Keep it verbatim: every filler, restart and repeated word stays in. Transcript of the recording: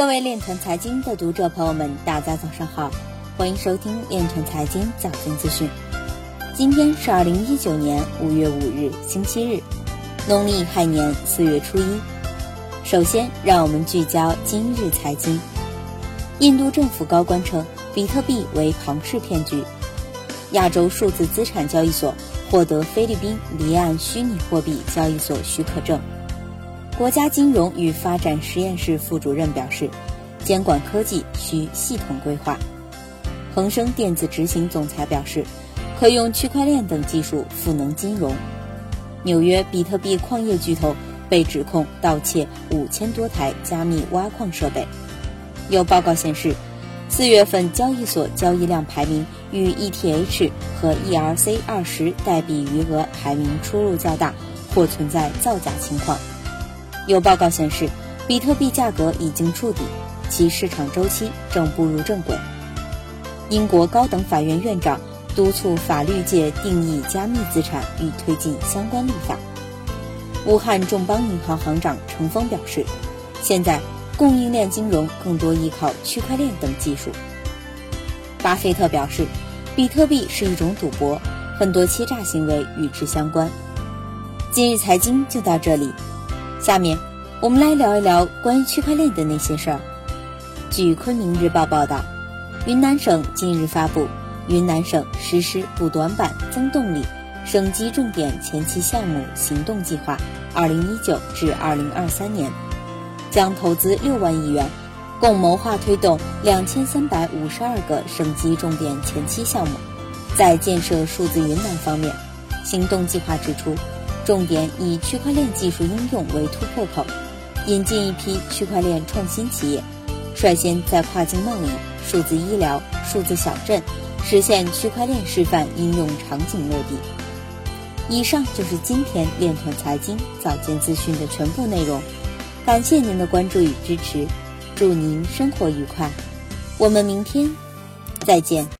各位链团财经的读者朋友们，大家早上好，欢迎收听链团财经早间资讯。今天是二零一九年五月五日，星期日，农历亥年四月初一。首先，让我们聚焦今日财经。印度政府高官称，比特币为庞氏骗局。亚洲数字资产交易所获得菲律宾离岸虚拟货币交易所许可证。国家金融与发展实验室副主任表示，监管科技需系统规划。恒生电子执行总裁表示，可用区块链等技术赋能金融。纽约比特币矿业巨头被指控盗窃五千多台加密挖矿设备。有报告显示，四月份交易所交易量排名与 E T H 和 E R C 二十代币余额排名出入较大，或存在造假情况。有报告显示，比特币价格已经触底，其市场周期正步入正轨。英国高等法院院长督促法律界定义加密资产与推进相关立法。武汉众邦银行行长程峰表示，现在供应链金融更多依靠区块链等技术。巴菲特表示，比特币是一种赌博，很多欺诈行为与之相关。今日财经就到这里，下面我们来聊一聊关于区块链的那些事儿。据昆明日报报道，云南省近日发布云南省实施补短板增动力省级重点前期项目行动计划二零一九至二零二三年，将投资六万亿元，共谋划推动两千三百五十二个省级重点前期项目。在建设数字云南方面，行动计划指出，重点以区块链技术应用为突破口，引进一批区块链创新企业，率先在跨境贸易、数字医疗、数字小镇实现区块链示范应用场景落地。以上就是今天链团财经早间资讯的全部内容，感谢您的关注与支持，祝您生活愉快，我们明天再见。